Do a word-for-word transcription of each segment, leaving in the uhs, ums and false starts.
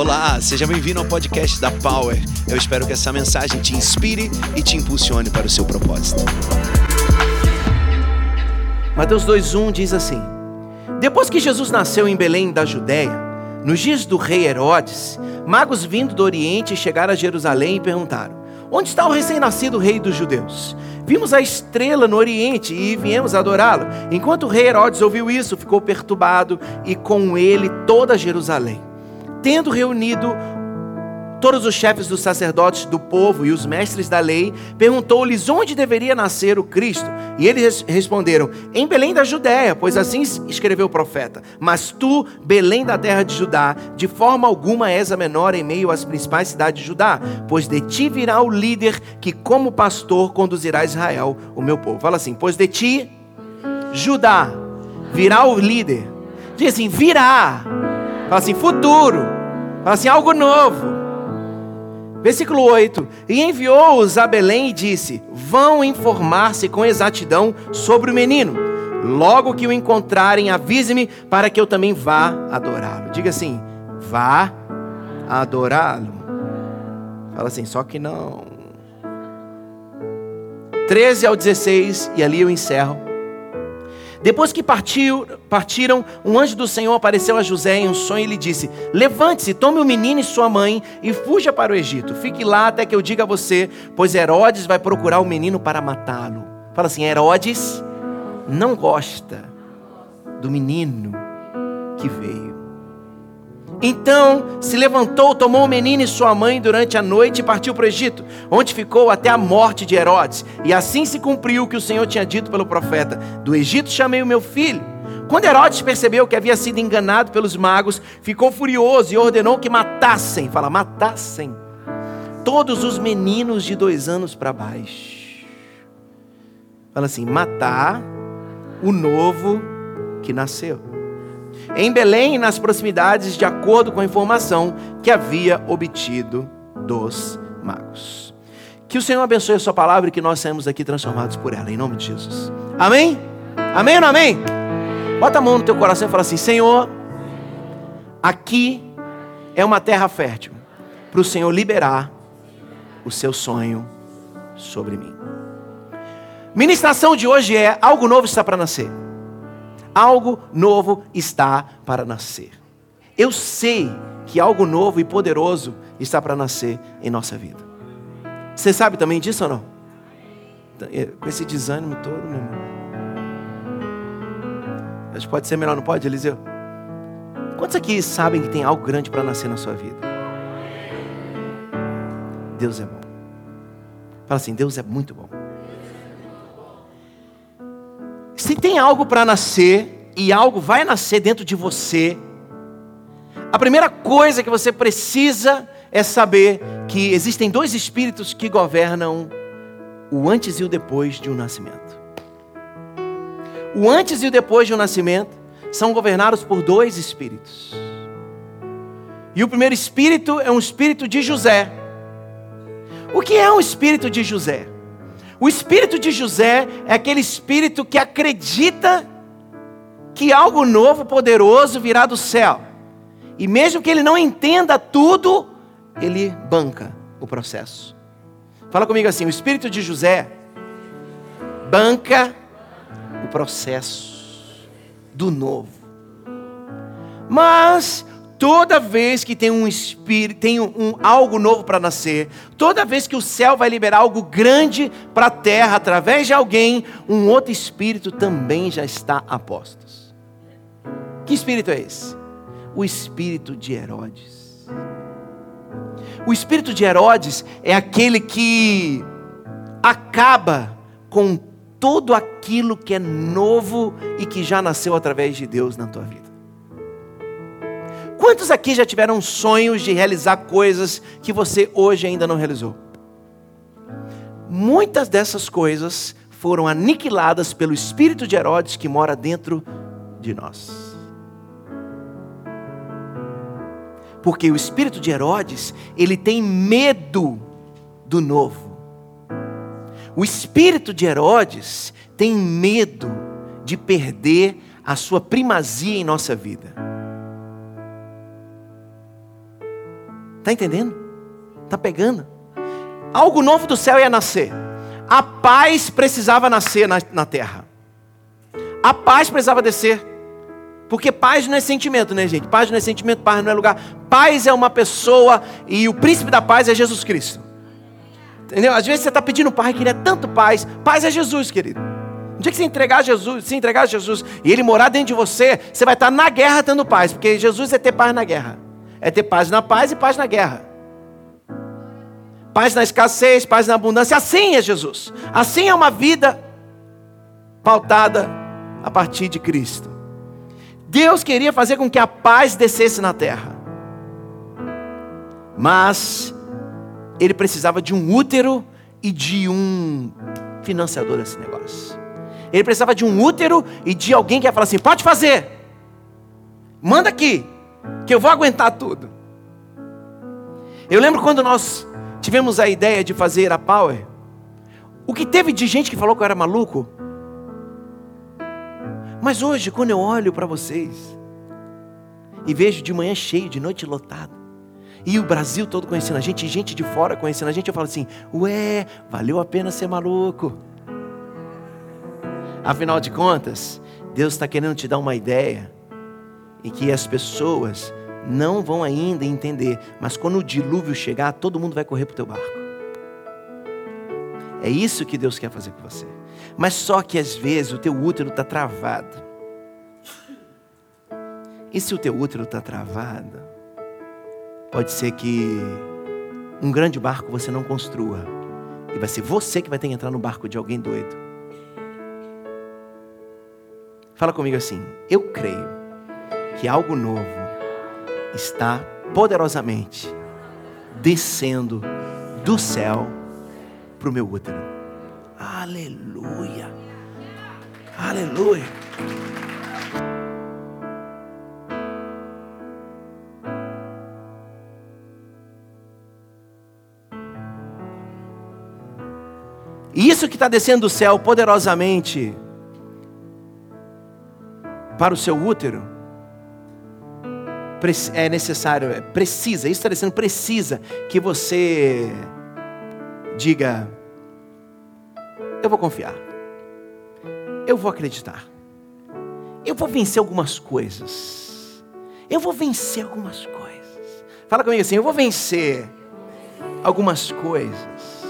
Olá, seja bem-vindo ao podcast da Power. Eu espero que essa mensagem te inspire e te impulsione para o seu propósito. Mateus dois, um diz assim: Depois que Jesus nasceu em Belém da Judéia, nos dias do rei Herodes, magos vindo do Oriente chegaram a Jerusalém e perguntaram: Onde está o recém-nascido rei dos judeus? Vimos a estrela no Oriente e viemos adorá-lo. Enquanto o rei Herodes ouviu isso, ficou perturbado e com ele toda Jerusalém. Tendo reunido todos os chefes dos sacerdotes do povo e os mestres da lei, perguntou-lhes onde deveria nascer o Cristo. E eles responderam: em Belém da Judéia, pois assim escreveu o profeta. Mas tu, Belém da terra de Judá, de forma alguma és a menor em meio às principais cidades de Judá, pois de ti virá o líder que como pastor conduzirá Israel, o meu povo. Fala assim: pois de ti, Judá, virá o líder. Diz assim: virá. Fala assim: futuro. Fala assim: algo novo. Versículo oito: E enviou-os a Belém e disse: Vão informar-se com exatidão sobre o menino. Logo que o encontrarem, avise-me para que eu também vá adorá-lo. Diga assim: vá adorá-lo. Fala assim: só que não. treze ao dezesseis, e ali eu encerro. Depois que partiu, partiram, um anjo do Senhor apareceu a José em um sonho e lhe disse: Levante-se, tome o menino e sua mãe e fuja para o Egito. Fique lá até que eu diga a você, pois Herodes vai procurar o menino para matá-lo. Fala assim: Herodes não gosta do menino que veio. Então se levantou, tomou o menino e sua mãe durante a noite e partiu para o Egito, onde ficou até a morte de Herodes. E assim se cumpriu o que o Senhor tinha dito pelo profeta: do Egito chamei o meu filho. Quando Herodes percebeu que havia sido enganado pelos magos, ficou furioso e ordenou que matassem, fala, matassem, todos os meninos de dois anos para baixo. Fala assim: matar o novo que nasceu. Em Belém, nas proximidades, de acordo com a informação que havia obtido dos magos. Que o Senhor abençoe a sua palavra e que nós saímos aqui transformados por ela, em nome de Jesus. Amém? Amém ou não amém? Bota a mão no teu coração e fala assim: Senhor, aqui é uma terra fértil para o Senhor liberar o seu sonho sobre mim. Ministração de hoje é: algo novo está para nascer. Algo novo está para nascer. Eu sei que algo novo e poderoso está para nascer em nossa vida. Você sabe também disso ou não? Com esse desânimo todo, meu irmão. Acho que pode ser melhor, não pode, Eliseu? Quantos aqui sabem que tem algo grande para nascer na sua vida? Deus é bom. Fala assim: Deus é muito bom. Se tem algo para nascer, e algo vai nascer dentro de você, a primeira coisa que você precisa é saber que existem dois espíritos que governam o antes e o depois de um nascimento. O antes e o depois de um nascimento são governados por dois espíritos. E o primeiro espírito é um espírito de José. O que é um espírito de José? O espírito de José é aquele espírito que acredita que algo novo, poderoso virá do céu. E mesmo que ele não entenda tudo, ele banca o processo. Fala comigo assim: o espírito de José banca o processo do novo. Mas toda vez que tem um espírito, tem um, um algo novo para nascer, toda vez que o céu vai liberar algo grande para a terra através de alguém, um outro espírito também já está a postos. Que espírito é esse? O espírito de Herodes. O espírito de Herodes é aquele que acaba com tudo aquilo que é novo e que já nasceu através de Deus na tua vida. Quantos aqui já tiveram sonhos de realizar coisas que você hoje ainda não realizou? Muitas dessas coisas foram aniquiladas pelo espírito de Herodes que mora dentro de nós. Porque o espírito de Herodes, ele tem medo do novo. O espírito de Herodes tem medo de perder a sua primazia em nossa vida. Está entendendo? Está pegando? Algo novo do céu ia nascer. A paz precisava nascer na, na terra. A paz precisava descer. Porque paz não é sentimento, né, gente? Paz não é sentimento, paz não é lugar. Paz é uma pessoa e o príncipe da paz é Jesus Cristo. Entendeu? Às vezes você está pedindo paz, queria tanto paz. Paz é Jesus, querido. No dia que você entregar Jesus, se entregar a Jesus e Ele morar dentro de você, você vai estar na guerra tendo paz. Porque Jesus é ter paz na guerra. É ter paz na paz e paz na guerra. Paz na escassez, paz na abundância. Assim é Jesus. Assim é uma vida pautada a partir de Cristo. Deus queria fazer com que a paz descesse na terra. Mas Ele precisava de um útero e de um financiador desse negócio. Ele precisava de um útero e de alguém que ia falar assim, pode fazer. Manda aqui, que eu vou aguentar tudo. Eu lembro quando nós tivemos a ideia de fazer a Power, o que teve de gente que falou que eu era maluco. Mas hoje, quando eu olho para vocês e vejo de manhã cheio, de noite lotado, e o Brasil todo conhecendo a gente, e gente de fora conhecendo a gente, eu falo assim, ué, valeu a pena ser maluco. Afinal de contas, Deus está querendo te dar uma ideia, e que as pessoas não vão ainda entender, mas quando o dilúvio chegar, todo mundo vai correr para o teu barco. É isso que Deus quer fazer com você. Mas só que às vezes o teu útero está travado. E se o teu útero está travado, pode ser que um grande barco você não construa. E vai ser você que vai ter que entrar no barco de alguém doido. Fala comigo assim, eu creio que algo novo está poderosamente descendo do céu para o meu útero. Aleluia, aleluia. E isso que está descendo do céu poderosamente para o seu útero, é necessário, precisa, isso está descendo, precisa que você diga, eu vou confiar, eu vou acreditar, eu vou vencer algumas coisas, eu vou vencer algumas coisas, fala comigo assim, eu vou vencer algumas coisas.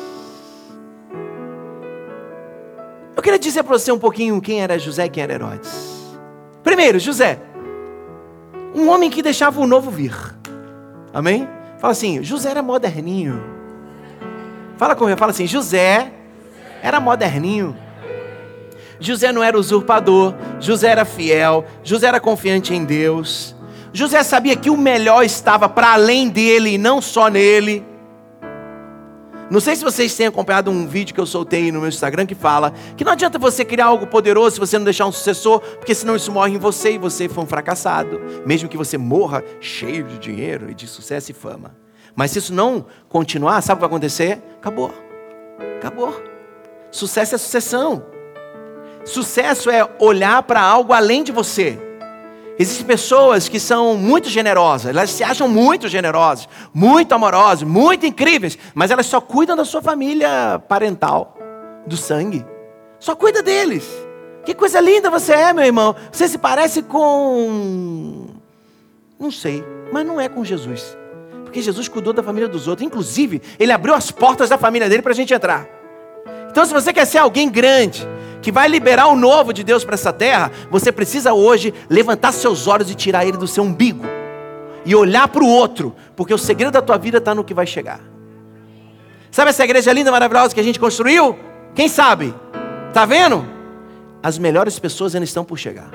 Eu queria dizer para você um pouquinho quem era José e quem era Herodes. Primeiro, José, um homem que deixava o novo vir, amém? Fala assim, José era moderninho. Fala comigo, fala assim, José era moderninho. José não era usurpador, José era fiel, José era confiante em Deus. José sabia que o melhor estava para além dele e não só nele. Não sei se vocês têm acompanhado um vídeo que eu soltei no meu Instagram que fala que não adianta você criar algo poderoso se você não deixar um sucessor, porque senão isso morre em você e você foi um fracassado. Mesmo que você morra cheio de dinheiro e de sucesso e fama. Mas se isso não continuar, sabe o que vai acontecer? Acabou. Acabou. Sucesso é sucessão. Sucesso é olhar para algo além de você. Existem pessoas que são muito generosas, elas se acham muito generosas, muito amorosas, muito incríveis, mas elas só cuidam da sua família parental, do sangue. Só cuida deles. Que coisa linda você é, meu irmão. Você se parece com... não sei, mas não é com Jesus. Porque Jesus cuidou da família dos outros. Inclusive, Ele abriu as portas da família dele para a gente entrar. Então, se você quer ser alguém grande, que vai liberar o novo de Deus para essa terra, você precisa hoje levantar seus olhos e tirar ele do seu umbigo. E olhar para o outro, porque o segredo da tua vida está no que vai chegar. Sabe essa igreja linda, maravilhosa que a gente construiu? Quem sabe? Está vendo? As melhores pessoas ainda estão por chegar.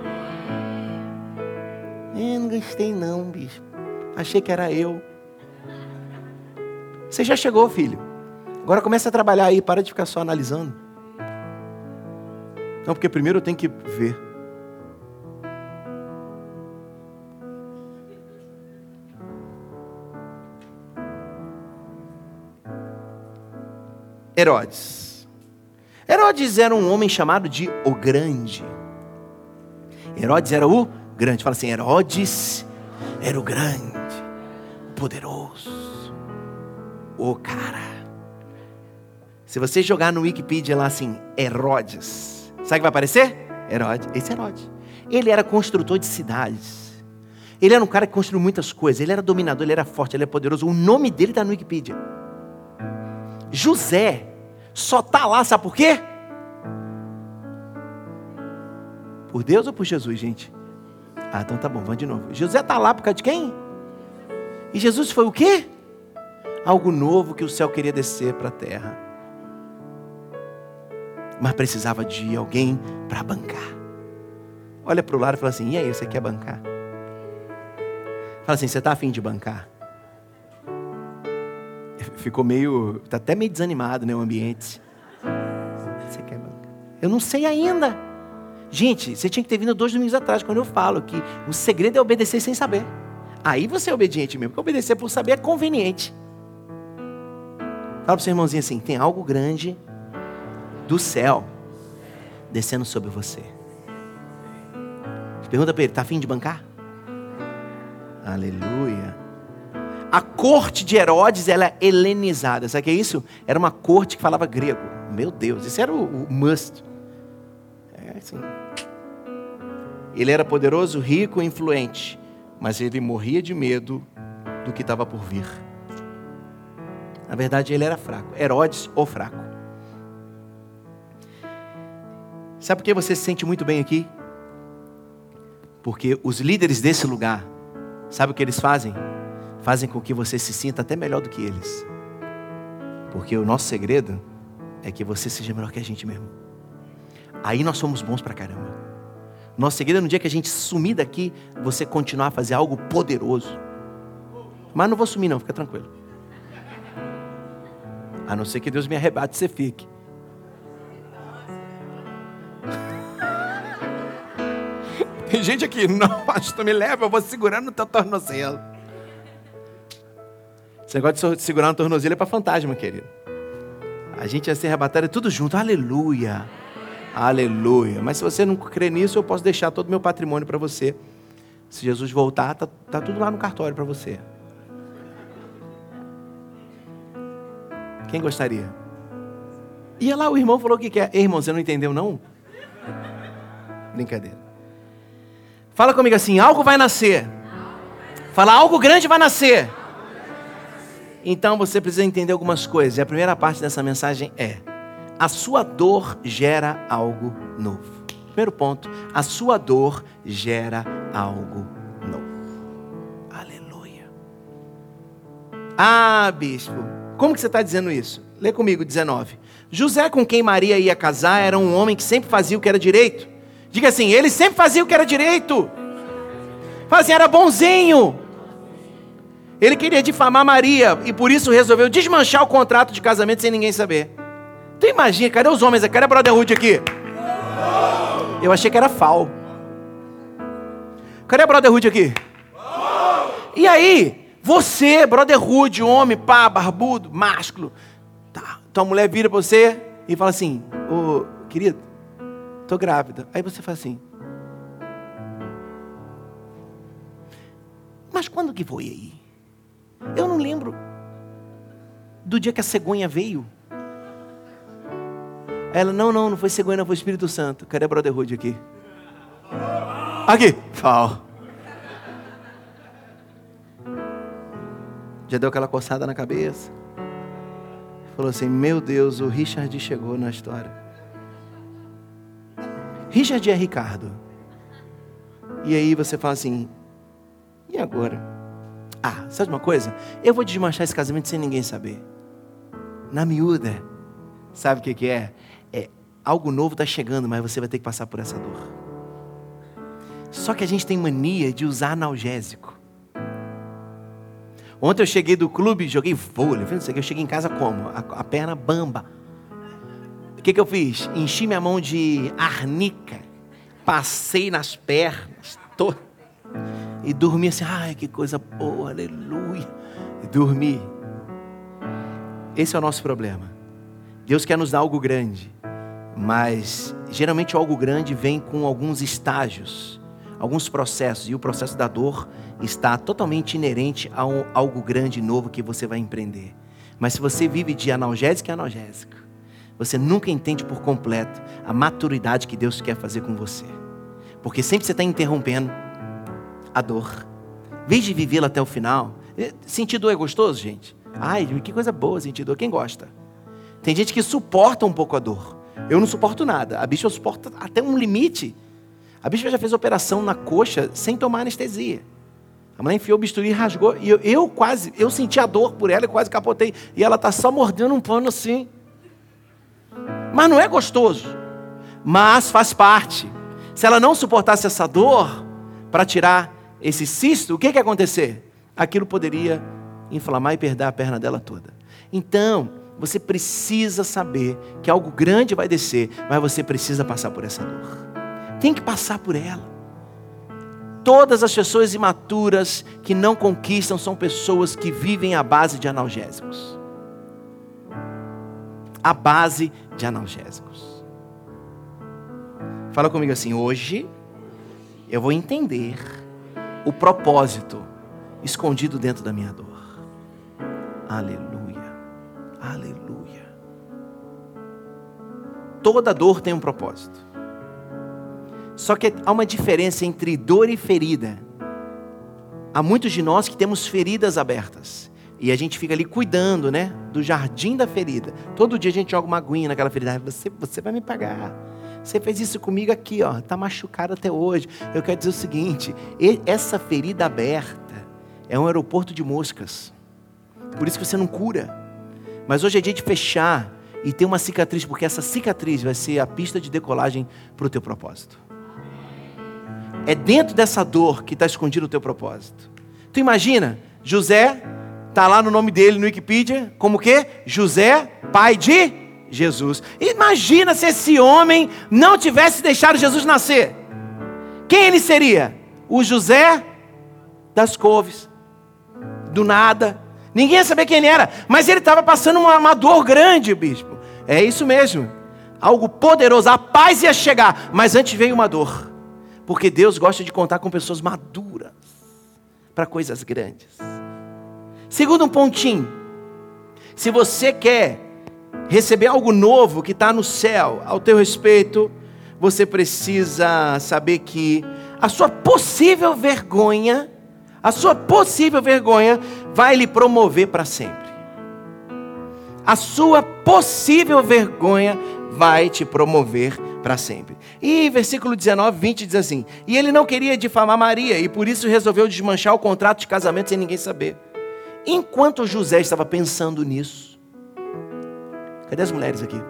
Eu não gostei não, bicho. Achei que era eu. Você já chegou, filho. Agora começa a trabalhar aí, para de ficar só analisando. Não, porque primeiro eu tenho que ver. Herodes. Herodes era um homem chamado de o Grande. Herodes era o Grande. Fala assim, Herodes era o Grande. poderoso. Ô, cara. Se você jogar no Wikipedia lá assim, Herodes, sabe o que vai aparecer? Herodes, esse é Herodes. Ele era construtor de cidades. Ele era um cara que construiu muitas coisas. Ele era dominador, ele era forte, ele era poderoso. O nome dele está no Wikipedia. José só está lá, sabe por quê? Por Deus ou por Jesus, gente? Ah, então tá bom, vamos de novo. José está lá por causa de quem? E Jesus foi o quê? Algo novo que o céu queria descer para a terra. Mas precisava de alguém para bancar. Olha para o lado e fala assim, e aí, você quer bancar? Fala assim, você está afim de bancar? Ficou meio, está até meio desanimado, né, o ambiente. Você quer bancar? Eu não sei ainda. Gente, você tinha que ter vindo dois domingos atrás, quando eu falo que o segredo é obedecer sem saber. Aí você é obediente mesmo, porque obedecer por saber é conveniente. Fala para o seu irmãozinho assim, tem algo grande do céu descendo sobre você. Pergunta para ele, está afim de bancar? Aleluia. A corte de Herodes, ela é helenizada. Sabe o que é isso? Era uma corte que falava grego. Meu Deus, isso era o, o must. É assim. Ele era poderoso, rico e influente, mas ele morria de medo do que estava por vir. Na verdade, ele era fraco. Herodes, o fraco. Sabe por que você se sente muito bem aqui? Porque os líderes desse lugar, sabe o que eles fazem? Fazem com que você se sinta até melhor do que eles. Porque o nosso segredo é que você seja melhor que a gente mesmo. Aí nós somos bons pra caramba. Nosso segredo é no dia que a gente sumir daqui, você continuar a fazer algo poderoso. Mas não vou sumir não, fica tranquilo. A não ser que Deus me arrebate e você fique. Tem gente aqui, não, pastor, me leva, eu vou segurando no teu tornozelo. Esse negócio de segurar no tornozelo é para fantasma, querido. A gente ia ser arrebatado, é tudo junto, aleluia, aleluia. Mas se você não crê nisso, eu posso deixar todo o meu patrimônio para você. Se Jesus voltar, tá, tá tudo lá no cartório para você. Quem gostaria? Ia lá, o irmão falou o que quer. Ei, irmão, você não entendeu não? Brincadeira. Fala comigo assim, algo vai nascer. Fala, algo grande vai nascer. Então você precisa entender algumas coisas. E a primeira parte dessa mensagem é: a sua dor gera algo novo. Primeiro ponto, a sua dor gera algo novo. Aleluia. Ah, bispo, como que você está dizendo isso? Lê comigo, dezenove. José, com quem Maria ia casar, era um homem que sempre fazia o que era direito. Diga assim, ele sempre fazia o que era direito. Fazia, era bonzinho. Ele queria difamar Maria e por isso resolveu desmanchar o contrato de casamento sem ninguém saber. Tu imagina, cadê os homens? Cadê a Brotherhood aqui? Eu achei que era Fal. Cadê a Brotherhood aqui? E aí, você, Brotherhood, homem, pá, barbudo, másculo, tá, tua mulher vira pra você e fala assim, ô, querido, tô grávida. Aí você fala assim, mas quando que foi aí? Eu não lembro do dia que a cegonha veio. Ela, não, não, não foi cegonha, não foi Espírito Santo. Cadê a Brotherhood aqui? Aqui. Fala. Já deu aquela coçada na cabeça. Falou assim, meu Deus, o Richard chegou na história. Richard é Ricardo. E aí você fala assim, e agora? Ah, sabe uma coisa? Eu vou desmanchar esse casamento sem ninguém saber. Na miúda. Sabe o que que é? É algo novo está chegando, mas você vai ter que passar por essa dor. Só que a gente tem mania de usar analgésico. Ontem eu cheguei do clube, joguei vôlei. Eu cheguei em casa como? A, a perna bamba. O que que eu fiz? Enchi minha mão de arnica. Passei nas pernas. Tô... E dormi assim, ai que coisa boa, aleluia. E dormi. Esse é o nosso problema. Deus quer nos dar algo grande. Mas geralmente algo grande vem com alguns estágios. alguns processos, e o processo da dor está totalmente inerente a um, algo grande e novo que você vai empreender. Mas se você vive de analgésico em analgésico, você nunca entende por completo a maturidade que Deus quer fazer com você. Porque sempre você está interrompendo a dor. Em vez de vivê-la até o final. Sentir dor é gostoso, gente? Ai, que coisa boa sentir dor. Quem gosta? Tem gente que suporta um pouco a dor. Eu não suporto nada. A bicha suporta até um limite. A bicha já fez operação na coxa sem tomar anestesia. A mulher enfiou o bisturi e rasgou. E eu, eu quase, eu senti a dor por ela e quase capotei. E ela está só mordendo um pano assim. Mas não é gostoso. Mas faz parte. Se ela não suportasse essa dor para tirar esse cisto, o que que ia acontecer? Aquilo poderia inflamar e perder a perna dela toda. Então, você precisa saber que algo grande vai descer, mas você precisa passar por essa dor. Tem que passar por ela. Todas as pessoas imaturas que não conquistam são pessoas que vivem à base de analgésicos. À base de analgésicos. Fala comigo assim: hoje eu vou entender o propósito escondido dentro da minha dor. Aleluia, aleluia. Toda dor tem um propósito. Só que há uma diferença entre dor e ferida. Há muitos de nós que temos feridas abertas. E a gente fica ali cuidando, né, do jardim da ferida. Todo dia a gente joga uma aguinha naquela ferida. Você, você vai me pagar. Você fez isso comigo aqui, ó. Está machucado até hoje. Eu quero dizer o seguinte: essa ferida aberta é um aeroporto de moscas. Por isso que você não cura. Mas hoje é dia de fechar e ter uma cicatriz, porque essa cicatriz vai ser a pista de decolagem para o teu propósito. É dentro dessa dor que está escondido o teu propósito. Tu imagina, José, está lá no nome dele no Wikipedia, como o quê? José, pai de Jesus. Imagina se esse homem não tivesse deixado Jesus nascer. Quem ele seria? O José das couves. Do nada. Ninguém ia saber quem ele era. Mas ele estava passando uma, uma dor grande, bispo. É isso mesmo. Algo poderoso. A paz ia chegar. Mas antes veio uma dor. Porque Deus gosta de contar com pessoas maduras. Para coisas grandes. Segundo um pontinho. Se você quer receber algo novo que está no céu ao teu respeito, você precisa saber que a sua possível vergonha, a sua possível vergonha vai lhe promover para sempre. A sua possível vergonha vai te promover para sempre. E versículo dezenove, vinte diz assim: e ele não queria difamar Maria, e por isso resolveu desmanchar o contrato de casamento sem ninguém saber. Enquanto José estava pensando nisso, cadê as mulheres aqui?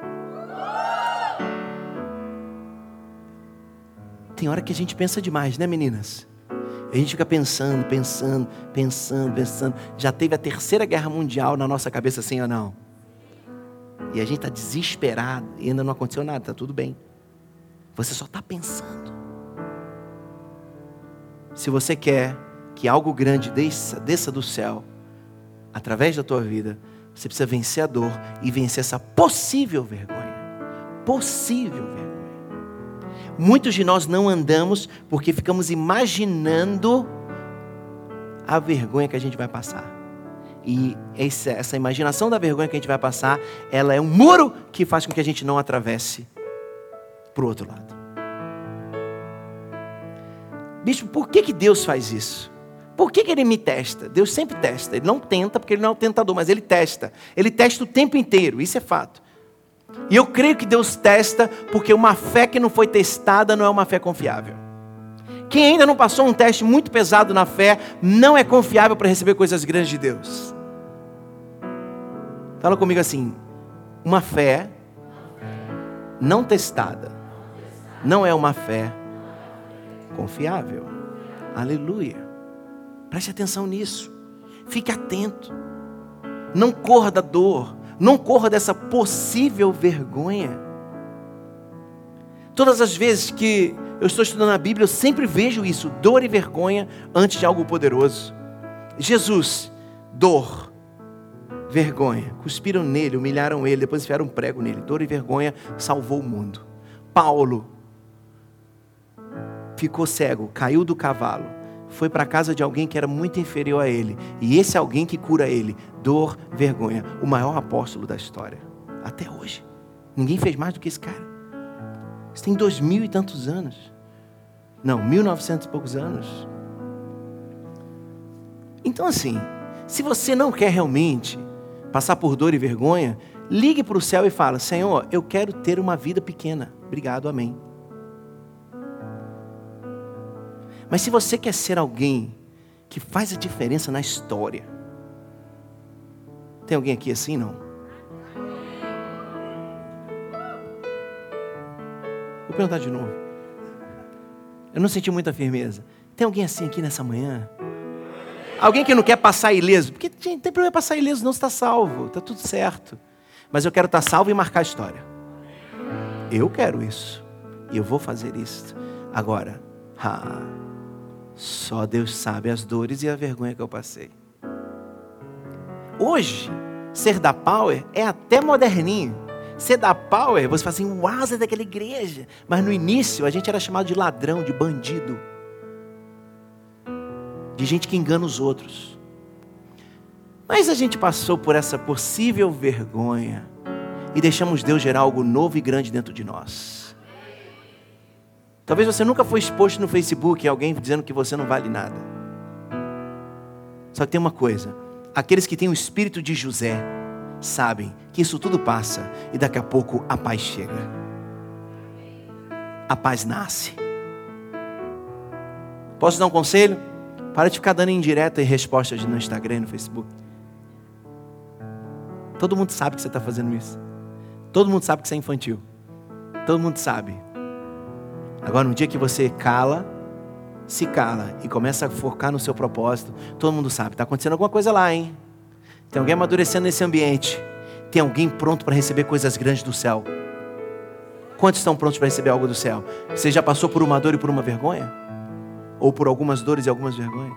Tem hora que a gente pensa demais, né, meninas? A gente fica pensando, pensando, pensando, pensando. Já teve a terceira guerra mundial na nossa cabeça, sim ou não? E a gente está desesperado e ainda não aconteceu nada, está tudo bem. Você só está pensando. Se você quer que algo grande desça, desça do céu, através da tua vida, você precisa vencer a dor e vencer essa possível vergonha. Possível vergonha. Muitos de nós não andamos porque ficamos imaginando a vergonha que a gente vai passar. E essa, essa imaginação da vergonha que a gente vai passar, ela é um muro que faz com que a gente não atravesse para o outro lado. Bispo, por que que Deus faz isso? Por que que Ele me testa? Deus sempre testa. Ele não tenta porque Ele não é o tentador, mas Ele testa. Ele testa o tempo inteiro, isso é fato. E eu creio que Deus testa porque uma fé que não foi testada não é uma fé confiável. Quem ainda não passou um teste muito pesado na fé, não é confiável para receber coisas grandes de Deus. Fala comigo assim: uma fé não testada não é uma fé confiável. Aleluia. Preste atenção nisso. Fique atento. Não corra da dor. Não corra dessa possível vergonha. Todas as vezes que eu estou estudando a Bíblia, eu sempre vejo isso. Dor e vergonha antes de algo poderoso. Jesus, dor, vergonha. Cuspiram nele, humilharam ele, depois enfiaram um prego nele. Dor e vergonha salvou o mundo. Paulo, ficou cego, caiu do cavalo, foi para a casa de alguém que era muito inferior a ele, e esse alguém que cura ele, dor, vergonha, o maior apóstolo da história, até hoje. Ninguém fez mais do que esse cara. Isso tem dois mil e tantos anos. Não, mil e novecentos e poucos anos. Então assim, se você não quer realmente passar por dor e vergonha, ligue para o céu e fala: Senhor, eu quero ter uma vida pequena. Obrigado, amém. Mas se você quer ser alguém que faz a diferença na história, tem alguém aqui assim, não? Vou perguntar de novo. Eu não senti muita firmeza. Tem alguém assim aqui nessa manhã? Alguém que não quer passar ileso? Porque gente, não tem problema passar ileso, não, você está salvo, está tudo certo. Mas eu quero estar salvo e marcar a história. Eu quero isso. E eu vou fazer isso. Agora, ah, só Deus sabe as dores e a vergonha que eu passei. Hoje, ser da Power é até moderninho. Ser da Power, você fala assim, uau, você é daquela igreja. Mas no início, a gente era chamado de ladrão, de bandido. De gente que engana os outros. Mas a gente passou por essa possível vergonha e deixamos Deus gerar algo novo e grande dentro de nós. Talvez você nunca foi exposto no Facebook, alguém dizendo que você não vale nada. Só que tem uma coisa, aqueles que têm o espírito de José sabem que isso tudo passa e daqui a pouco a paz chega. A paz nasce. Posso dar um conselho? Para de ficar dando indireta e respostas no Instagram e no Facebook. Todo mundo sabe que você está fazendo isso. Todo mundo sabe que você é infantil. Todo mundo sabe. Agora, no dia que você cala, se cala e começa a focar no seu propósito, todo mundo sabe, está acontecendo alguma coisa lá, hein? Tem alguém amadurecendo nesse ambiente. Tem alguém pronto para receber coisas grandes do céu. Quantos estão prontos para receber algo do céu? Você já passou por uma dor e por uma vergonha? Ou por algumas dores e algumas vergonhas?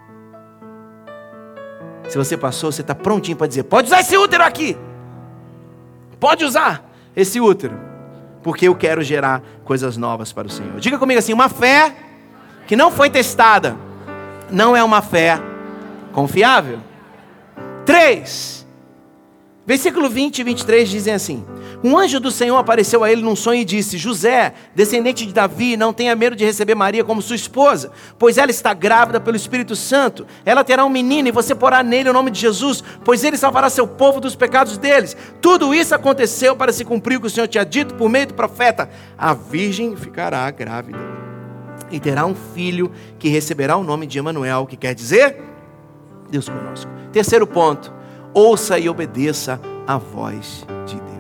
Se você passou, você está prontinho para dizer, pode usar esse útero aqui. Pode usar esse útero. Porque eu quero gerar coisas novas para o Senhor. Diga comigo assim, uma fé que não foi testada, não é uma fé confiável. Três. Versículo vinte e vinte e três dizem assim: um anjo do Senhor apareceu a ele num sonho e disse: José, descendente de Davi, não tenha medo de receber Maria como sua esposa, pois ela está grávida pelo Espírito Santo. Ela terá um menino e você porá nele o nome de Jesus, pois ele salvará seu povo dos pecados deles. Tudo isso aconteceu para se cumprir o que o Senhor tinha dito por meio do profeta: a virgem ficará grávida e terá um filho que receberá o nome de Emanuel, que quer dizer Deus conosco. Terceiro ponto: ouça e obedeça a voz de Deus.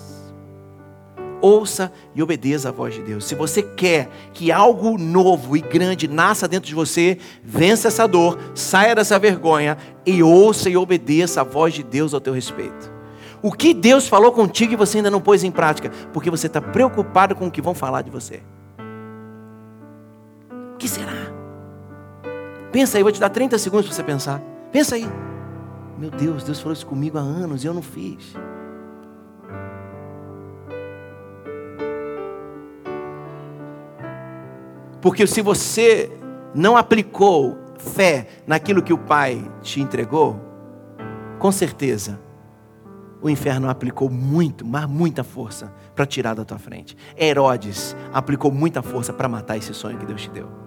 Ouça e obedeça a voz de Deus. Se você quer que algo novo e grande nasça dentro de você, vença essa dor, saia dessa vergonha e ouça e obedeça a voz de Deus ao teu respeito. O que Deus falou contigo e você ainda não pôs em prática? Porque você está preocupado com o que vão falar de você. O que será? Pensa aí, eu vou te dar trinta segundos para você pensar. Pensa aí. Meu Deus, Deus falou isso comigo há anos e eu não fiz. Porque se você não aplicou fé naquilo que o Pai te entregou, com certeza o inferno aplicou muito, mas muita força para tirar da tua frente. Herodes aplicou muita força para matar esse sonho que Deus te deu.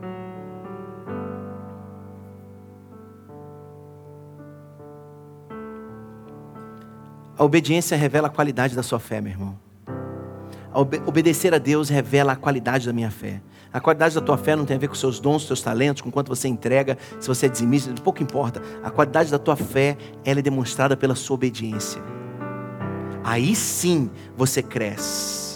A obediência revela a qualidade da sua fé, meu irmão. A obe- obedecer a Deus revela a qualidade da minha fé. A qualidade da tua fé não tem a ver com seus dons, seus talentos, com quanto você entrega, se você é dizimista, pouco importa. A qualidade da tua fé, ela é demonstrada pela sua obediência. Aí sim você cresce.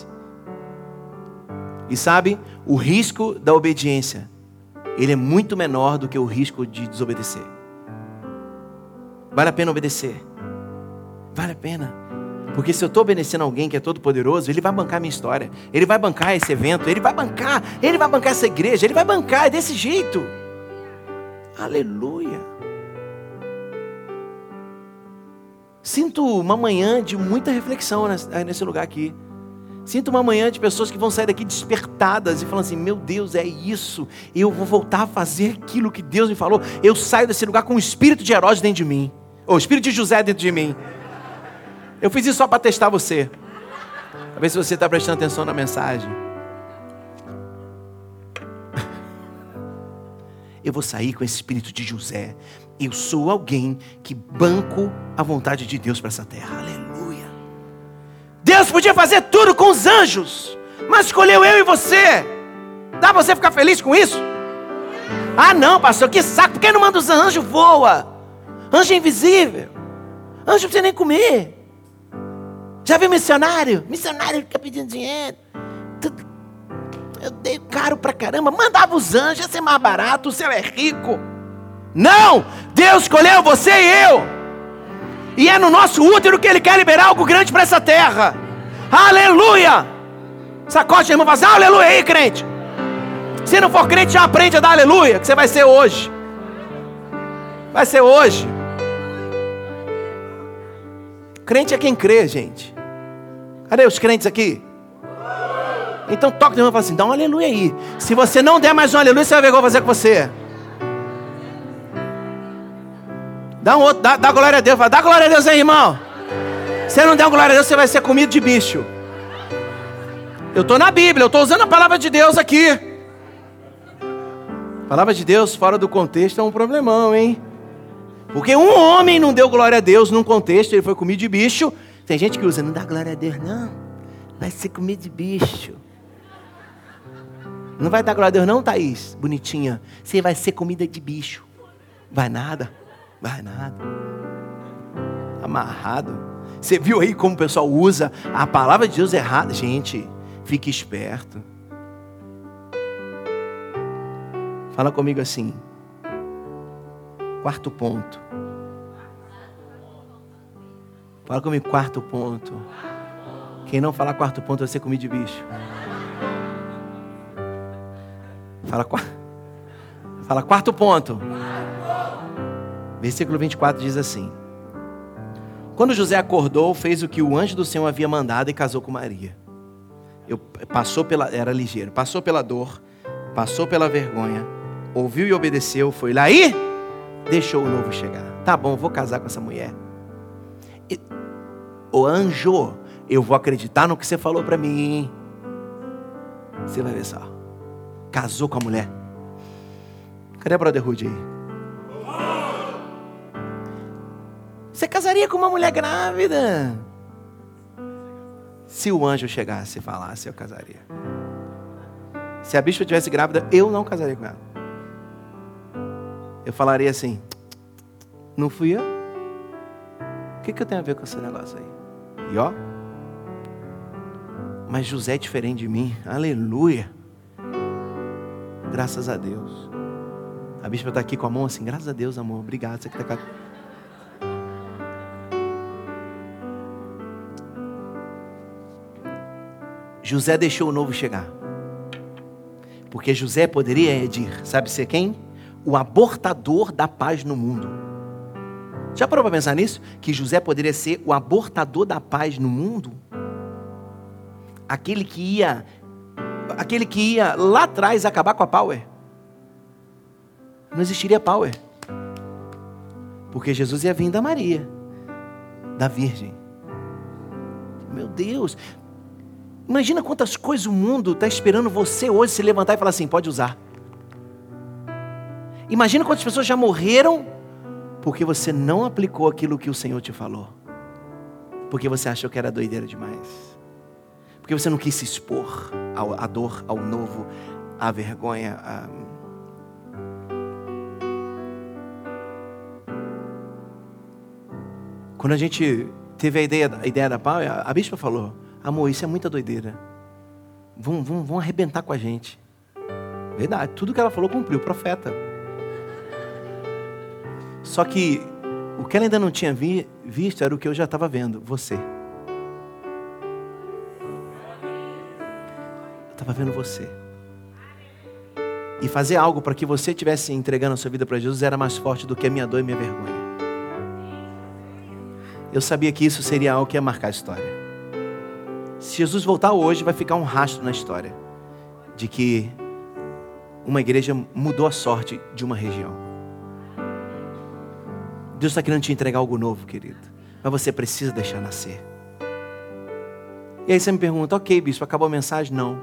E sabe, o risco da obediência, ele é muito menor do que o risco de desobedecer. Vale a pena obedecer. Vale a pena. Porque se eu estou obedecendo a alguém que é todo poderoso, ele vai bancar a minha história. Ele vai bancar esse evento. Ele vai bancar. Ele vai bancar essa igreja. Ele vai bancar. É desse jeito. Aleluia. Sinto uma manhã de muita reflexão nesse lugar aqui. Sinto uma manhã de pessoas que vão sair daqui despertadas e falando assim, meu Deus, é isso. Eu vou voltar a fazer aquilo que Deus me falou. Eu saio desse lugar com o espírito de Herodes dentro de mim. Ou o espírito de José dentro de mim. Eu fiz isso só para testar você. Para ver se você está prestando atenção na mensagem. Eu vou sair com esse espírito de José. Eu sou alguém que banco a vontade de Deus para essa terra. Aleluia. Deus podia fazer tudo com os anjos, mas escolheu eu e você. Dá pra você ficar feliz com isso? Ah não, pastor, que saco. Por que não manda os anjos? Voa. Anjo é invisível. Anjo não precisa nem comer. Já viu missionário? Missionário fica pedindo dinheiro. Eu dei caro pra caramba. Mandava os anjos, ia ser mais barato. O céu é rico. Não, Deus escolheu você e eu. E é no nosso útero que Ele quer liberar algo grande para essa terra. Aleluia! Sacode, irmão, faz aleluia aí, crente. Se não for crente, já aprende a dar aleluia, que você vai ser hoje. Vai ser hoje. Crente é quem crê, gente. Cadê os crentes aqui? Então toca de irmão e fala assim, dá um aleluia aí. Se você não der mais um aleluia, você vai ver o que eu vou fazer com você. Dá um outro, dá, dá glória a Deus. Fala, dá glória a Deus aí, irmão. Se não der glória a Deus, você vai ser comido de bicho. Eu estou na Bíblia, eu estou usando a palavra de Deus aqui. A palavra de Deus fora do contexto é um problemão, hein? Porque um homem não deu glória a Deus num contexto, ele foi comido de bicho. Tem gente que usa, não dá glória a Deus não, vai ser comido de bicho. Não vai dar glória a Deus não, Thaís? Bonitinha. Você vai ser comida de bicho. Vai nada. Vai nada. Amarrado. Você viu aí como o pessoal usa a palavra de Deus errada? Gente, fique esperto. Fala comigo assim. Quarto ponto. Fala comigo, quarto ponto. Quem não falar quarto ponto vai ser comido de bicho. Fala, Fala quarto ponto. Versículo vinte e quatro diz assim. Quando José acordou, fez o que o anjo do Senhor havia mandado e casou com Maria. Eu, passou pela, era ligeiro, passou pela dor, passou pela vergonha, ouviu e obedeceu, foi lá e deixou o noivo chegar. Tá bom, vou casar com essa mulher. E, ô anjo, eu vou acreditar no que você falou para mim. Você vai ver só. Casou com a mulher. Cadê a Brotherhood aí? Você casaria com uma mulher grávida? Se o anjo chegasse e falasse, eu casaria. Se a bispa estivesse grávida, eu não casaria com ela. Eu falaria assim, não fui eu? O que, que eu tenho a ver com esse negócio aí? E ó, mas José é diferente de mim. Aleluia. Graças a Deus. A bispa está aqui com a mão assim, graças a Deus, amor, obrigado. Você que está cá. José deixou o noivo chegar. Porque José poderia, Edir, sabe ser quem? O abortador da paz no mundo. Já parou para pensar nisso? Que José poderia ser o abortador da paz no mundo? Aquele que ia, aquele que ia lá atrás acabar com a Power. Não existiria Power. Porque Jesus ia vir da Maria, da Virgem. Meu Deus. Imagina quantas coisas o mundo está esperando você hoje se levantar e falar assim, pode usar. Imagina quantas pessoas já morreram porque você não aplicou aquilo que o Senhor te falou. Porque você achou que era doideira demais. Porque você não quis se expor à dor, ao novo, à vergonha. À... Quando a gente teve a ideia, a ideia da Power, a bispa falou, amor, isso é muita doideira. Vão, vão, vão arrebentar com a gente. Verdade, tudo que ela falou cumpriu, profeta. Só que o que ela ainda não tinha vi, visto era o que eu já estava vendo, você. Eu estava vendo você. E fazer algo para que você estivesse entregando a sua vida para Jesus era mais forte do que a minha dor e minha vergonha. Eu sabia que isso seria algo que ia marcar a história. Se Jesus voltar hoje, vai ficar um rastro na história de que uma igreja mudou a sorte de uma região. Deus está querendo te entregar algo novo, querido. Mas você precisa deixar nascer. E aí você me pergunta, ok, bispo, acabou a mensagem? Não.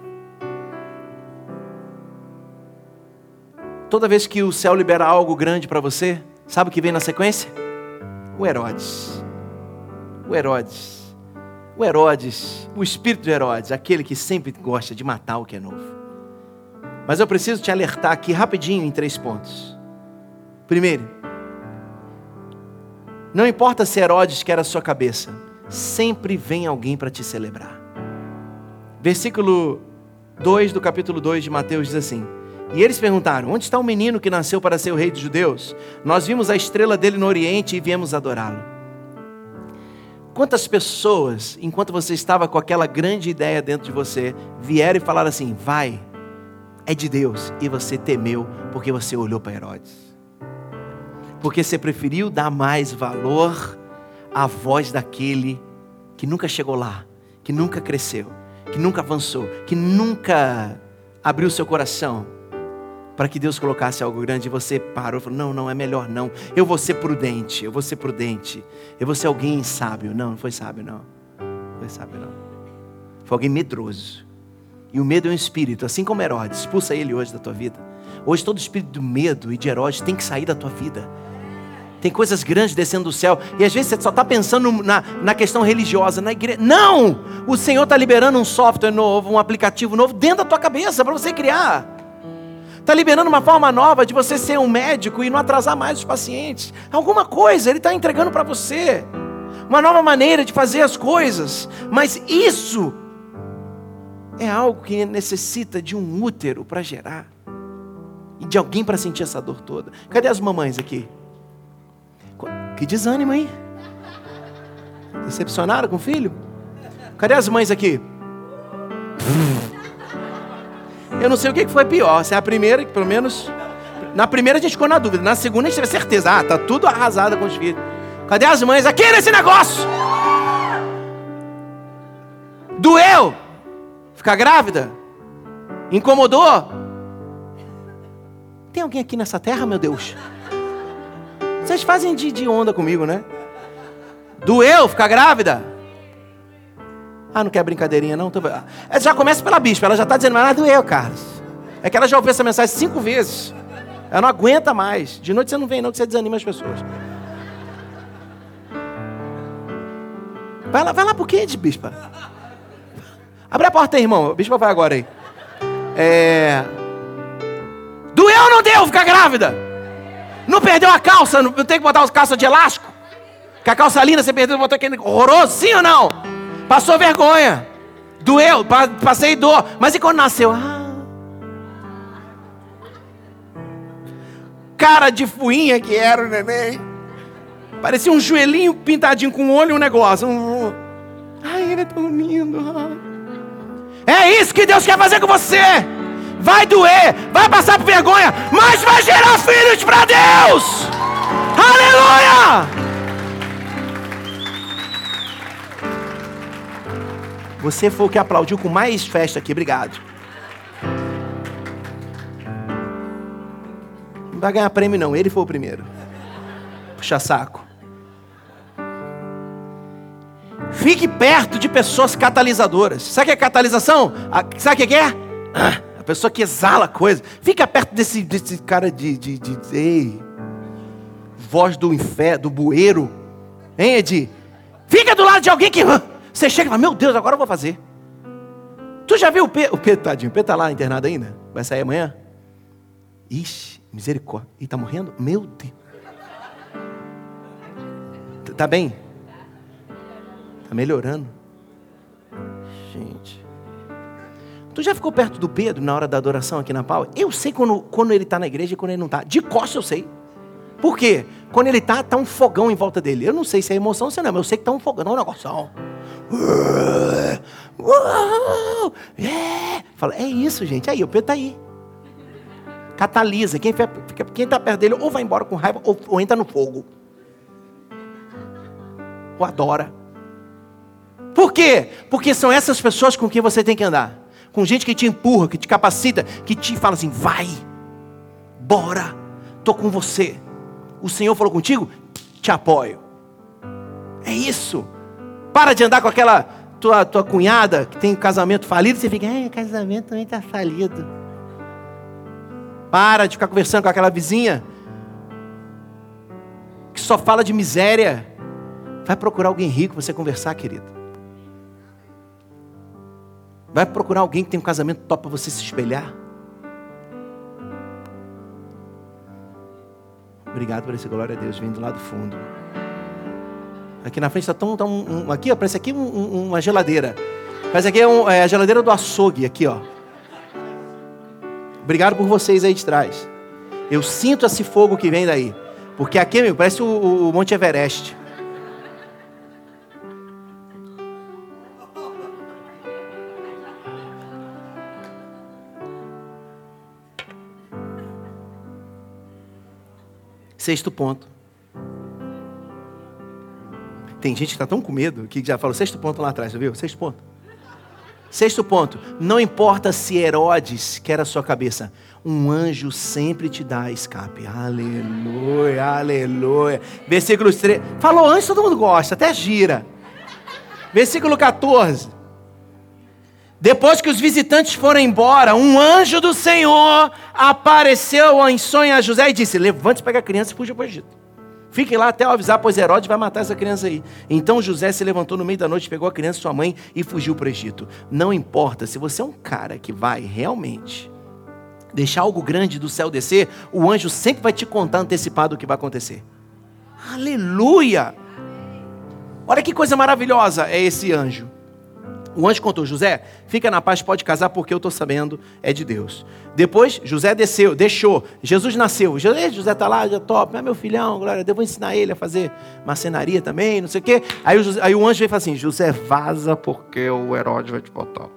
Toda vez que o céu libera algo grande para você, sabe o que vem na sequência? O Herodes. O Herodes. O Herodes, o espírito de Herodes, aquele que sempre gosta de matar o que é novo. Mas eu preciso te alertar aqui rapidinho em três pontos. Primeiro, não importa se Herodes quer a sua cabeça, sempre vem alguém para te celebrar. Versículo dois do capítulo dois de Mateus diz assim: e eles perguntaram, onde está o menino que nasceu para ser o rei dos judeus? Nós vimos a estrela dele no Oriente e viemos adorá-lo. Quantas pessoas, enquanto você estava com aquela grande ideia dentro de você, vieram e falaram assim, vai, é de Deus, e você temeu porque você olhou para Herodes? Porque você preferiu dar mais valor à voz daquele que nunca chegou lá, que nunca cresceu, que nunca avançou, que nunca abriu seu coração para que Deus colocasse algo grande, e você parou e falou, não, não, é melhor não, eu vou ser prudente, eu vou ser prudente, eu vou ser alguém sábio. Não, não foi sábio não, não foi sábio não, foi alguém medroso. E o medo é um espírito, assim como Herodes, expulsa ele hoje da tua vida. Hoje todo espírito do medo e de Herodes tem que sair da tua vida. Tem coisas grandes descendo do céu, e às vezes você só está pensando na, na questão religiosa, na igreja. Não! O Senhor está liberando um software novo, um aplicativo novo dentro da tua cabeça para você criar. Está liberando uma forma nova de você ser um médico e não atrasar mais os pacientes. Alguma coisa Ele está entregando para você. Uma nova maneira de fazer as coisas. Mas isso é algo que necessita de um útero para gerar. E de alguém para sentir essa dor toda. Cadê as mamães aqui? Que desânimo, hein? Decepcionaram com o filho? Cadê as mães aqui? Eu não sei o que foi pior. Se é a primeira, que pelo menos... Na primeira a gente ficou na dúvida. Na segunda a gente teve certeza. Ah, tá tudo arrasado com os filhos. Cadê as mães aqui nesse negócio? Doeu? Ficar grávida? Incomodou? Tem alguém aqui nessa terra, meu Deus? Vocês fazem de, de onda comigo, né? Doeu ficar grávida? Ah, não quer brincadeirinha não? Ela já começa pela bispa, ela já está dizendo, mas doeu, Carlos. É que ela já ouviu essa mensagem cinco vezes. Ela não aguenta mais. De noite você não vem não, que você desanima as pessoas. Vai lá, vai lá pro quê, bispa? Abre a porta aí, irmão. A bispa vai agora aí. É... Doeu ou não deu ficar grávida? Não perdeu a calça? Não tem que botar as calças de elástico? Que a calça linda você perdeu, botou aquele horroroso, sim ou não? Passou vergonha. Doeu, passei dor. Mas e quando nasceu? Ah. Cara de fuinha que era o neném. Parecia um joelhinho pintadinho com um olho e um negócio. Um... Ai, ele é tão lindo. É isso que Deus quer fazer com você. Vai doer, vai passar por vergonha, mas vai gerar filhos para Deus. Aleluia! Você foi o que aplaudiu com mais festa aqui, obrigado. Não vai ganhar prêmio não, ele foi o primeiro. Puxa saco. Fique perto de pessoas catalisadoras. Sabe o que é catalisação? Sabe o que é? A pessoa que exala coisa. Fica perto desse, desse cara de, de, de, de ei, voz do inferno, do bueiro. Hein, Edi? Fica do lado de alguém que... Você chega e fala, meu Deus, agora eu vou fazer. Tu já viu o Pedro? O Pedro, tadinho, o Pedro tá lá internado ainda? Vai sair amanhã? Ixi, misericórdia. Ele tá morrendo? Meu Deus. Tá bem? Tá melhorando? Gente. Tu já ficou perto do Pedro na hora da adoração aqui na Power? Eu sei quando, quando ele tá na igreja e quando ele não tá. De costas eu sei. Por quê? Quando ele tá, tá um fogão em volta dele. Eu não sei se é emoção ou se não, mas eu sei que tá um fogão, não é um negócio. Fala, é isso, gente. Aí, o Pedro tá aí. Catalisa. Quem, fica, quem tá perto dele ou vai embora com raiva ou, ou entra no fogo. Ou adora. Por quê? Porque são essas pessoas com quem você tem que andar. Com gente que te empurra, que te capacita, que te fala assim, vai, bora, estou com você. O Senhor falou contigo, te apoio. É isso. Para de andar com aquela tua, tua cunhada que tem casamento falido, você fica, o casamento também está falido. Para de ficar conversando com aquela vizinha que só fala de miséria. Vai procurar alguém rico para você conversar, querido. Vai procurar alguém que tem um casamento top para você se espelhar. Obrigado por esse glória a Deus, vem do lado do fundo. Aqui na frente está tão, tão um, aqui, ó, parece aqui um, um, uma geladeira. Parece aqui é, um, é a geladeira do açougue, aqui, ó. Obrigado por vocês aí de trás. Eu sinto esse fogo que vem daí. Porque aqui, meu, parece o, o Monte Everest. Sexto ponto. Tem gente que está tão com medo que já falou sexto ponto lá atrás, viu? Sexto ponto. Sexto ponto. Não importa se Herodes quer a sua cabeça, um anjo sempre te dá escape. Aleluia, aleluia. Versículo três. Falou anjo, todo mundo gosta, até gira. Versículo quatorze. Depois que os visitantes foram embora, um anjo do Senhor apareceu em sonho a José e disse, levante-se, pega a criança e fuja para o Egito. Fiquem lá até eu avisar, pois Herodes vai matar essa criança aí. Então José se levantou no meio da noite, pegou a criança e sua mãe e fugiu para o Egito. Não importa, se você é um cara que vai realmente deixar algo grande do céu descer, o anjo sempre vai te contar antecipado o que vai acontecer. Aleluia! Olha que coisa maravilhosa é esse anjo. O anjo contou, José, fica na paz, pode casar porque eu estou sabendo, é de Deus. Depois, José desceu, deixou, Jesus nasceu. José está lá, já top, é meu filhão, glória a Deus, vou ensinar ele a fazer marcenaria também, não sei o quê. Aí o, José, aí o anjo veio e falou assim, José, vaza porque o Herodes vai te botar.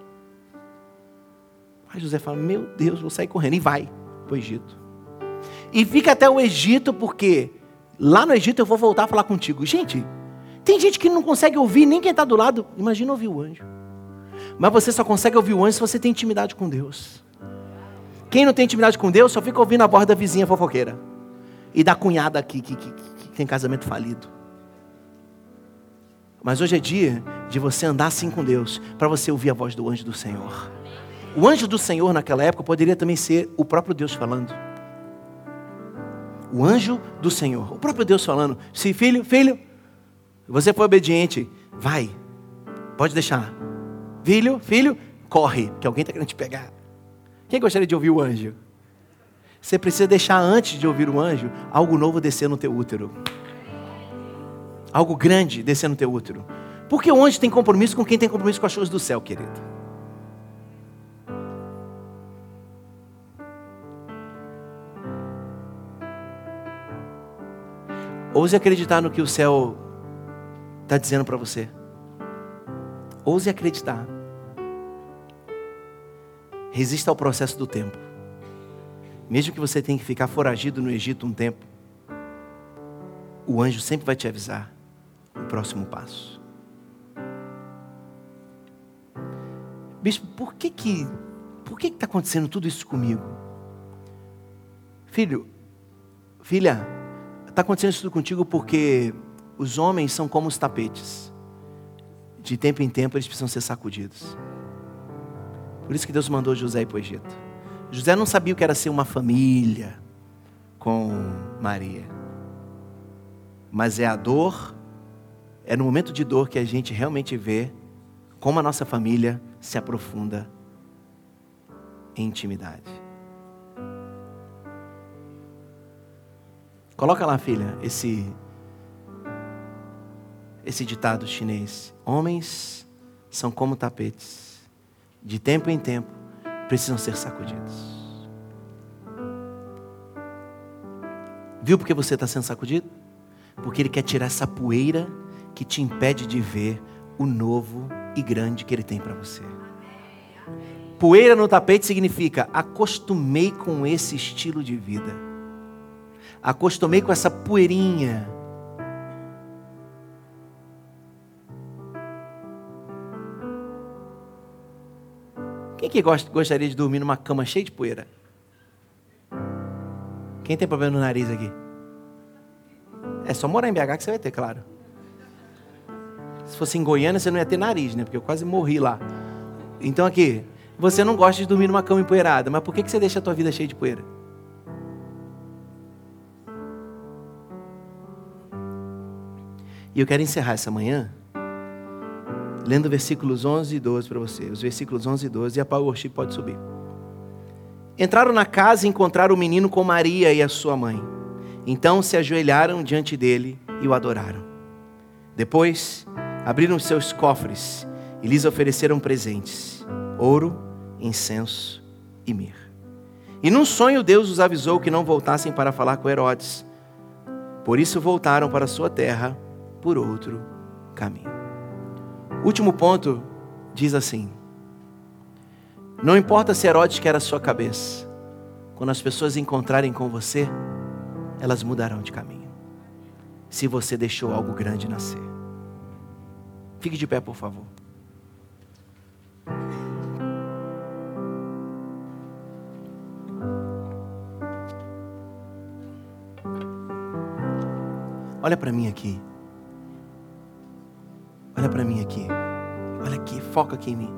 Aí José fala, meu Deus, vou sair correndo. E vai para o Egito. E fica até o Egito porque lá no Egito eu vou voltar a falar contigo. Gente, tem gente que não consegue ouvir nem quem está do lado. Imagina ouvir o anjo. Mas você só consegue ouvir o anjo se você tem intimidade com Deus. Quem não tem intimidade com Deus só fica ouvindo a voz da vizinha fofoqueira. E da cunhada aqui que, que, que tem casamento falido. Mas hoje é dia de você andar assim com Deus, para você ouvir a voz do anjo do Senhor. O anjo do Senhor naquela época poderia também ser o próprio Deus falando. O anjo do Senhor, o próprio Deus falando. Se filho, filho, você foi obediente, vai, pode deixar. Filho, filho, corre, que alguém está querendo te pegar. Quem gostaria de ouvir o anjo? Você precisa deixar antes de ouvir o anjo, algo novo descer no teu útero. Algo grande descer no teu útero. Porque o anjo tem compromisso com quem tem compromisso com as coisas do céu, querido. Ouse acreditar no que o céu está dizendo para você. Ouse acreditar. Resista ao processo do tempo. Mesmo que você tenha que ficar foragido no Egito um tempo, o anjo sempre vai te avisar o próximo passo. Bispo, por que que por que que está acontecendo tudo isso comigo? Filho, filha, está acontecendo isso tudo contigo porque os homens são como os tapetes. De tempo em tempo eles precisam ser sacudidos. Por isso que Deus mandou José ir para o Egito. José não sabia o que era ser uma família com Maria. Mas é a dor, é no momento de dor que a gente realmente vê como a nossa família se aprofunda em intimidade. Coloca lá, filha, esse, esse ditado chinês. Homens são como tapetes. De tempo em tempo, precisam ser sacudidos. Viu porque você está sendo sacudido? Porque Ele quer tirar essa poeira que te impede de ver o novo e grande que Ele tem para você. Poeira no tapete significa acostumei com esse estilo de vida. Acostumei com essa poeirinha. que gostaria de dormir numa cama cheia de poeira? Quem tem problema no nariz aqui? É só morar em B H que você vai ter, claro. Se fosse em Goiânia, você não ia ter nariz, né? Porque eu quase morri lá. Então aqui, você não gosta de dormir numa cama empoeirada, mas por que você deixa a tua vida cheia de poeira? E eu quero encerrar essa manhã lendo versículos onze e doze para você. Os versículos onze e doze, e a Power Worship pode subir. Entraram na casa e encontraram o menino com Maria e a sua mãe. Então se ajoelharam diante dele e o adoraram. Depois abriram seus cofres e lhes ofereceram presentes: ouro, incenso e mirra. E num sonho Deus os avisou que não voltassem para falar com Herodes. Por isso voltaram para sua terra por outro caminho. Último ponto diz assim: não importa se Herodes quer a sua cabeça, quando as pessoas encontrarem com você, elas mudarão de caminho, se você deixou algo grande nascer. Fique de pé, por favor. Olha para mim aqui. Olha para mim aqui. Olha aqui, foca aqui em mim.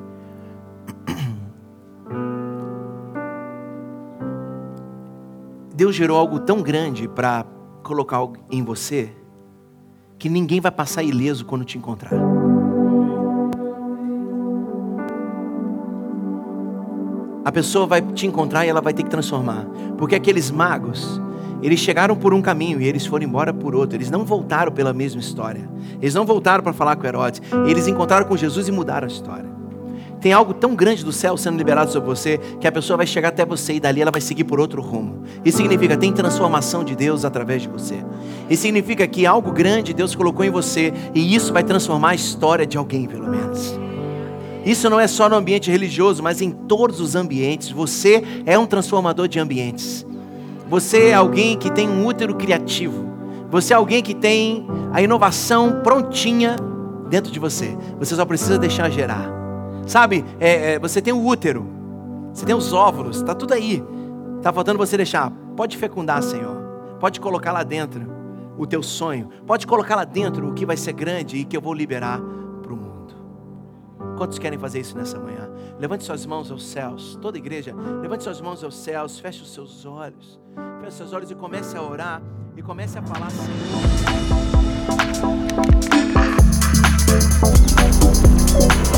Deus gerou algo tão grande para colocar algo em você que ninguém vai passar ileso quando te encontrar. A pessoa vai te encontrar e ela vai ter que transformar. Porque aqueles magos, eles chegaram por um caminho e eles foram embora por outro. Eles não voltaram pela mesma história. Eles não voltaram para falar com Herodes. Eles encontraram com Jesus e mudaram a história. Tem algo tão grande do céu sendo liberado sobre você, que a pessoa vai chegar até você e dali ela vai seguir por outro rumo. Isso significa que tem transformação de Deus através de você. Isso significa que algo grande Deus colocou em você e isso vai transformar a história de alguém, pelo menos. Isso não é só no ambiente religioso, mas em todos os ambientes. Você é um transformador de ambientes. Você é alguém que tem um útero criativo. Você é alguém que tem a inovação prontinha dentro de você. Você só precisa deixar gerar. Sabe, é, é, você tem o útero, você tem os óvulos, está tudo aí. Está faltando você deixar. Pode fecundar, Senhor. Pode colocar lá dentro o teu sonho. Pode colocar lá dentro o que vai ser grande e que eu vou liberar para o mundo. Quantos querem fazer isso nessa manhã? Levante suas mãos aos céus. Toda a igreja, levante suas mãos aos céus. Feche os seus olhos. Feche os seus olhos e comece a orar. E comece a falar. Senhor.